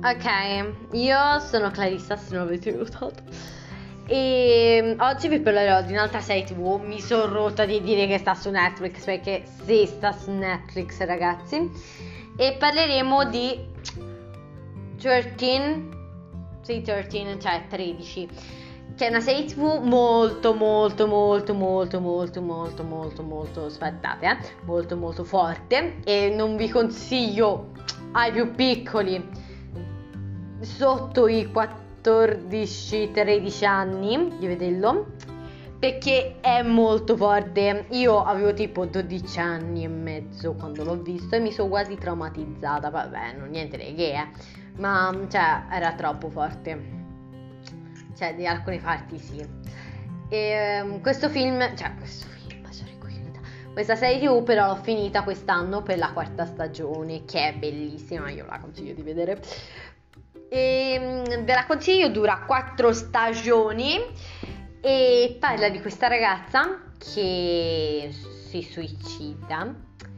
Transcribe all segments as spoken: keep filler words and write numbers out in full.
Ok, io sono Clarissa, se non avete notato. E oggi vi parlerò di un'altra serie tivù. Mi sono rotta di dire che sta su Netflix, perché sì, sta su Netflix, ragazzi. E parleremo di tredici, sì, tredici, cioè tredici, che è una serie tivù molto molto molto molto molto molto molto molto, aspettate, eh, molto molto forte. E non vi consiglio ai più piccoli sotto i quattordici tredici anni di vederlo, perché è molto forte. Io avevo tipo dodici anni e mezzo quando l'ho visto e mi sono quasi traumatizzata. Vabbè, non niente di che, eh, ma cioè era troppo forte, cioè di alcune parti sì. E um, questo film, cioè questo film, sono ricoglionita. Questa serie tivù però l'ho finita quest'anno per la quarta stagione, che è bellissima, io la consiglio di vedere. E ve la consiglio, dura quattro stagioni e parla di questa ragazza che si suicida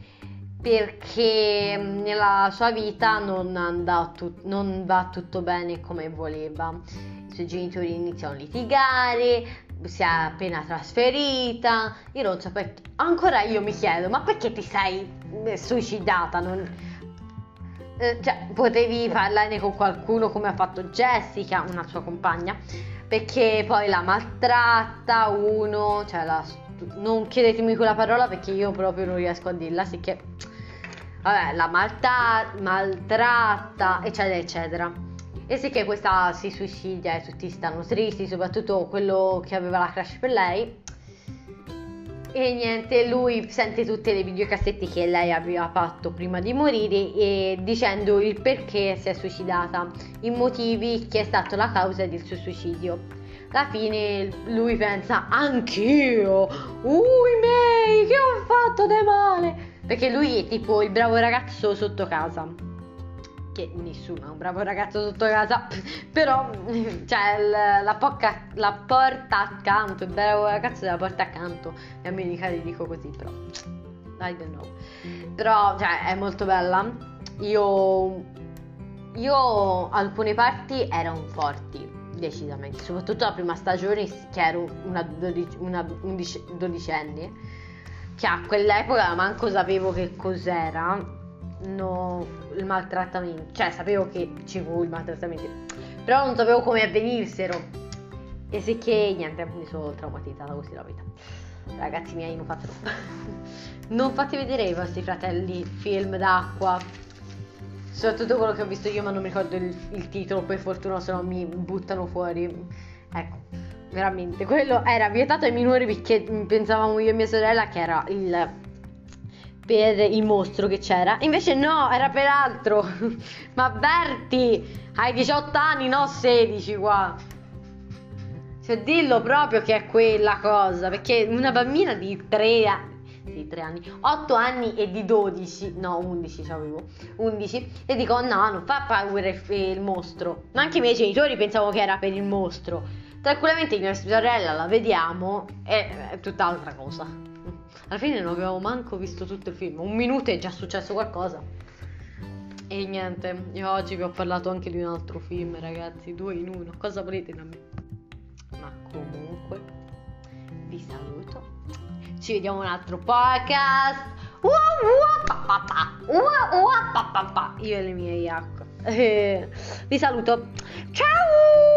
perché nella sua vita non, andà tut- non va tutto bene come voleva. I suoi genitori iniziano a litigare, si è appena trasferita. Io non so perché, ancora io mi chiedo, ma perché ti sei suicidata? Non... Eh, cioè, potevi parlare con qualcuno come ha fatto Jessica, una sua compagna, perché poi la maltratta uno, cioè la, non chiedetemi quella parola perché io proprio non riesco a dirla, sicché vabbè, la malta, maltratta eccetera eccetera. E sì che questa si suicida e tutti stanno tristi, soprattutto quello che aveva la crush per lei. E niente, lui sente tutte le videocassette che lei aveva fatto prima di morire e dicendo il perché si è suicidata, i motivi, che è stata la causa del suo suicidio. Alla fine lui pensa, anch'io, ui miei, che ho fatto di male? Perché lui è tipo il bravo ragazzo sotto casa, che nessuno è un bravo ragazzo sotto casa, però cioè la, la, pocca, la porta accanto, il bravo ragazzo della porta accanto, gli americani dico così, però I don't know, però cioè è molto bella. Io io alcune parti erano forti, decisamente, soprattutto la prima stagione, che ero una, dodici, una undici, dodicenne, che a quell'epoca manco sapevo che cos'era. No, il maltrattamento, cioè sapevo che ci fu il maltrattamento, però non sapevo come avvenissero. E sì che niente, mi sono traumatizzata così la vita. Ragazzi miei, non fatelo. Non fate vedere ai vostri fratelli film d'acqua, soprattutto quello che ho visto io, ma non mi ricordo il, il titolo, per fortuna, se no mi buttano fuori. Ecco, veramente, quello era vietato ai minori perché pensavamo io e mia sorella che era il per il mostro che c'era, invece no, era per altro. Ma Berti, hai diciotto anni, no sedici qua. Cioè dillo proprio che è quella cosa, perché una bambina di tre anni, sì, tre anni, otto anni e di dodici, no, undici avevo, undici, e dico no, non fa paura il, il mostro. Ma anche i miei genitori pensavo che era per il mostro. Tranquillamente mia sorella la vediamo e è tutt'altra cosa. Alla fine non avevo manco visto tutto il film, un minuto è già successo qualcosa. E niente, io oggi vi ho parlato anche di un altro film, ragazzi, due in uno, cosa volete da me? Ma comunque vi saluto, ci vediamo un altro podcast. Io e le mie Yak. Vi saluto, ciao.